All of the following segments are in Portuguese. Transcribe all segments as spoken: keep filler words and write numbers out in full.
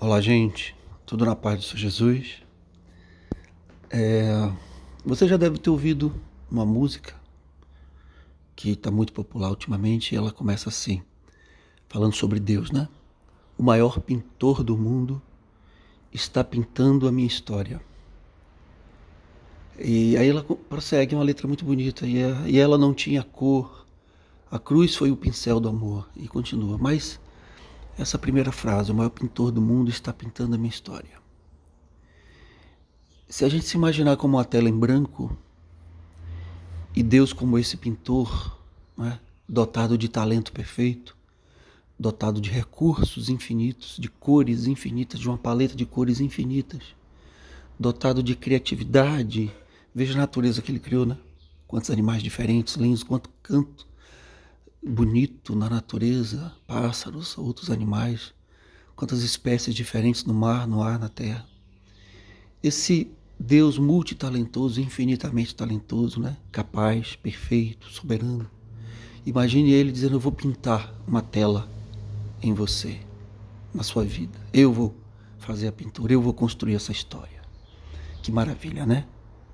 Olá, gente, tudo na paz do Senhor Jesus. É, você já deve ter ouvido uma música que está muito popular ultimamente, e ela começa assim, falando sobre Deus, né? O maior pintor do mundo está pintando a minha história. E aí ela prossegue, uma letra muito bonita, e, é, e ela não tinha cor, a cruz foi o pincel do amor, e continua. Mas essa primeira frase, o maior pintor do mundo está pintando a minha história. Se a gente se imaginar como uma tela em branco, e Deus como esse pintor, né, dotado de talento perfeito, dotado de recursos infinitos, de cores infinitas, de uma paleta de cores infinitas, dotado de criatividade. Veja a natureza que ele criou, né? Quantos animais diferentes, lindos, quanto canto bonito na natureza, pássaros, outros animais, quantas espécies diferentes no mar, no ar, na terra. Esse Deus multitalentoso, infinitamente talentoso, né? Capaz, perfeito, soberano. Imagine ele dizendo: eu vou pintar uma tela em você, na sua vida. Eu vou fazer a pintura, eu vou construir essa história. Que maravilha, né?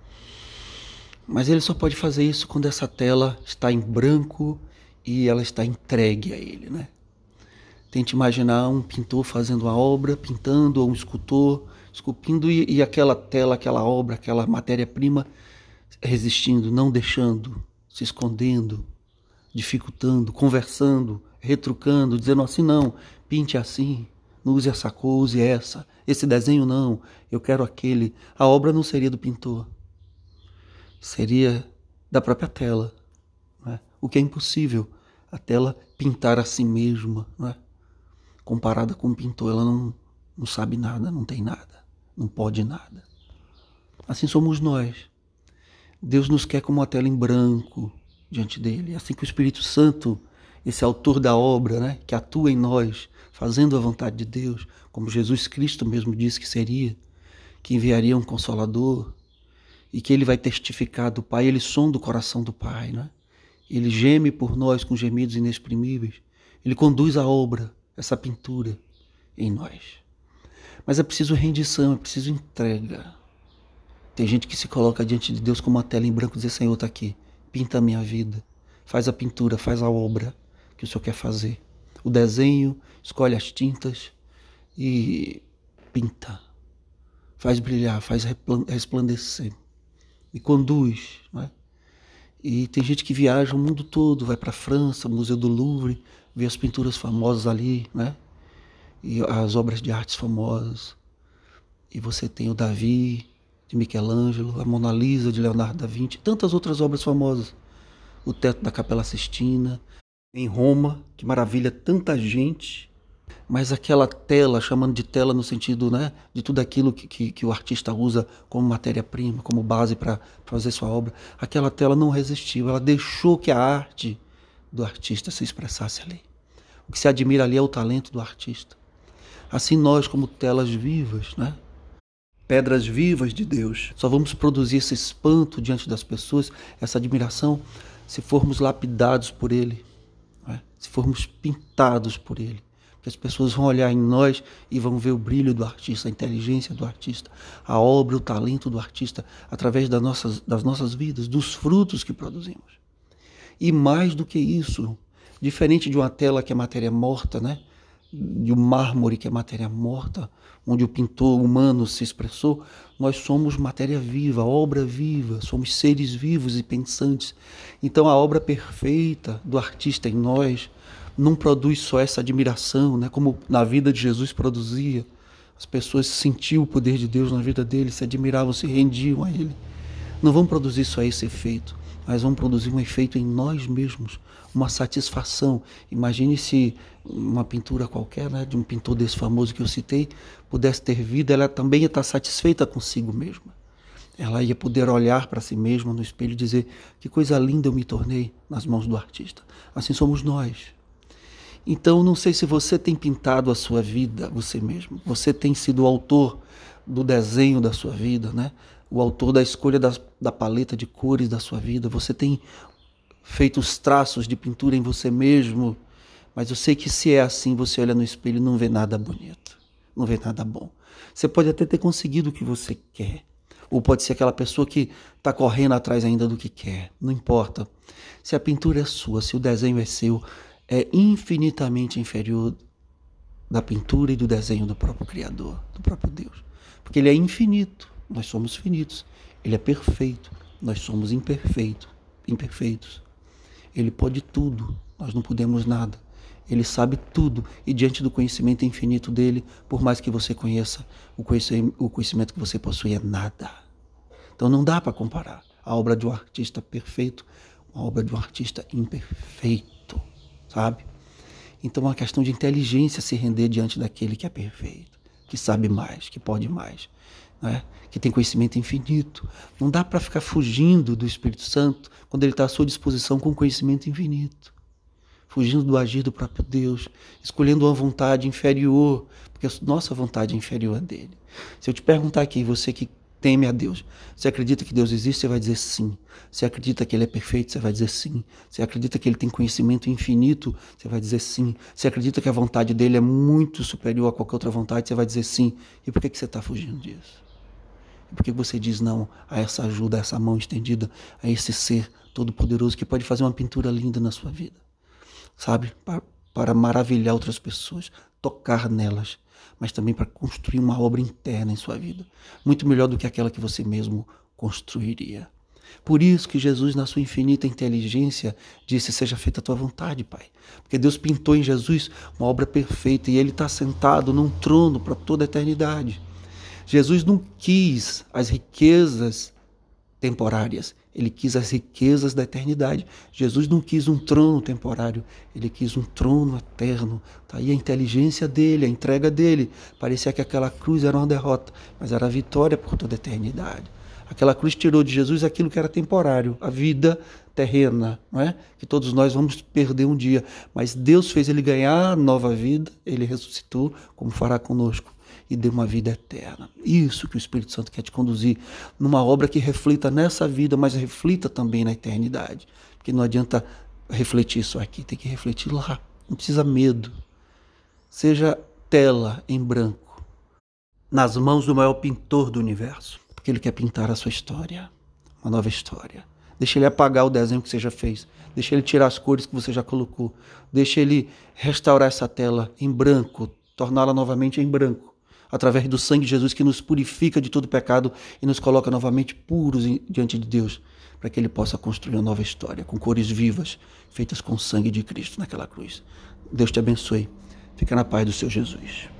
Mas ele só pode fazer isso quando essa tela está em branco e ela está entregue a ele, né? Tente imaginar um pintor fazendo uma obra, pintando, ou um escultor esculpindo, e, e aquela tela, aquela obra, aquela matéria-prima resistindo, não deixando, se escondendo, dificultando, conversando, retrucando, dizendo assim: não, pinte assim, não use essa cor, use essa, esse desenho não, eu quero aquele. A obra não seria do pintor, seria da própria tela, né? O que é impossível, a tela pintar a si mesma, né? Comparada com o pintor, ela não, não sabe nada, não tem nada, não pode nada. Assim somos nós. Deus nos quer como uma tela em branco diante dele. Assim que o Espírito Santo, esse autor da obra, né, que atua em nós, fazendo a vontade de Deus, como Jesus Cristo mesmo disse que seria, que enviaria um Consolador, e que ele vai testificar do Pai, ele sonda o coração do Pai, né? Ele geme por nós com gemidos inexprimíveis, ele conduz a obra, essa pintura em nós. Mas é preciso rendição, é preciso entrega. Tem gente que se coloca diante de Deus como uma tela em branco e diz: Senhor, está aqui, pinta a minha vida, faz a pintura, faz a obra que o Senhor quer fazer. O desenho, escolhe as tintas e pinta, faz brilhar, faz resplandecer, e conduz, né? E tem gente que viaja o mundo todo, vai para a França, Museu do Louvre, vê as pinturas famosas ali, né? E as obras de artes famosas. E você tem o Davi, de Michelangelo, a Mona Lisa, de Leonardo da Vinci, tantas outras obras famosas. O teto da Capela Sistina, em Roma, que maravilha tanta gente. Mas aquela tela, chamando de tela no sentido, né, de tudo aquilo que, que, que o artista usa como matéria-prima, como base para fazer sua obra, aquela tela não resistiu, ela deixou que a arte do artista se expressasse ali. O que se admira ali é o talento do artista. Assim nós, como telas vivas, né, pedras vivas de Deus, só vamos produzir esse espanto diante das pessoas, essa admiração, se formos lapidados por Ele, né, se formos pintados por Ele. Que as pessoas vão olhar em nós e vão ver o brilho do artista, a inteligência do artista, a obra, o talento do artista, através das nossas, das nossas vidas, dos frutos que produzimos. E mais do que isso, diferente de uma tela que é matéria morta, né? De um mármore que é matéria morta, onde o pintor humano se expressou, nós somos matéria viva, obra viva, somos seres vivos e pensantes. Então a obra perfeita do artista em nós não produz só essa admiração, né? Como na vida de Jesus produzia. As pessoas sentiam o poder de Deus na vida dele, se admiravam, se rendiam a ele. Não vão produzir só esse efeito, mas vão produzir um efeito em nós mesmos, uma satisfação. Imagine se uma pintura qualquer, né, de um pintor desse famoso que eu citei, pudesse ter vida, ela também ia estar satisfeita consigo mesma. Ela ia poder olhar para si mesma no espelho e dizer: que coisa linda eu me tornei nas mãos do artista. Assim somos nós. Então, não sei se você tem pintado a sua vida, você mesmo. Você tem sido o autor do desenho da sua vida, né? O autor da escolha das, da paleta de cores da sua vida. Você tem feito os traços de pintura em você mesmo. Mas eu sei que se é assim, você olha no espelho e não vê nada bonito. não vê nada bom. Você pode até ter conseguido o que você quer, ou pode ser aquela pessoa que está correndo atrás ainda do que quer. Não importa. Se a pintura é sua, se o desenho é seu, é infinitamente inferior da pintura e do desenho do próprio Criador, do próprio Deus. Porque ele é infinito, nós somos finitos. Ele é perfeito, nós somos imperfeitos. imperfeitos. Ele pode tudo, nós não podemos nada. Ele sabe tudo, e diante do conhecimento infinito dele, por mais que você conheça, o conhecimento que você possui é nada. Então não dá para comparar a obra de um artista perfeito com a obra de um artista imperfeito, sabe? Então é uma questão de inteligência se render diante daquele que é perfeito, que sabe mais, que pode mais, né? Que tem conhecimento infinito. Não dá para ficar fugindo do Espírito Santo quando ele está à sua disposição com conhecimento infinito. Fugindo do agir do próprio Deus, escolhendo uma vontade inferior, porque a nossa vontade é inferior à dele. Se eu te perguntar aqui, você que teme a Deus, você acredita que Deus existe? Você vai dizer sim. Você acredita que ele é perfeito? Você vai dizer sim. Você acredita que ele tem conhecimento infinito? Você vai dizer sim. Você acredita que a vontade dele é muito superior a qualquer outra vontade? Você vai dizer sim. E por que que você está fugindo disso? E por que você diz não a essa ajuda, a essa mão estendida, a esse ser todo-poderoso que pode fazer uma pintura linda na sua vida? Sabe? Para, para maravilhar outras pessoas, tocar nelas, mas também para construir uma obra interna em sua vida, muito melhor do que aquela que você mesmo construiria. Por isso que Jesus, na sua infinita inteligência, disse: seja feita a tua vontade, Pai. Porque Deus pintou em Jesus uma obra perfeita e ele está sentado num trono para toda a eternidade. Jesus não quis as riquezas temporárias, ele quis as riquezas da eternidade. Jesus não quis um trono temporário, ele quis um trono eterno. Está aí a inteligência dele, a entrega dele. Parecia que aquela cruz era uma derrota, mas era a vitória por toda a eternidade. Aquela cruz tirou de Jesus aquilo que era temporário, a vida terrena, não é? Que todos nós vamos perder um dia. Mas Deus fez ele ganhar nova vida, ele ressuscitou, como fará conosco, e deu uma vida eterna. Isso que o Espírito Santo quer te conduzir, numa obra que reflita nessa vida, mas reflita também na eternidade. Porque não adianta refletir só aqui, tem que refletir lá. Não precisa medo. Seja tela em branco, nas mãos do maior pintor do universo. Porque ele quer pintar a sua história, uma nova história. Deixa ele apagar o desenho que você já fez. Deixa ele tirar as cores que você já colocou. Deixa ele restaurar essa tela em branco, torná-la novamente em branco, através do sangue de Jesus que nos purifica de todo pecado e nos coloca novamente puros diante de Deus, para que ele possa construir uma nova história, com cores vivas, feitas com o sangue de Cristo naquela cruz. Deus te abençoe. Fica na paz do seu Jesus.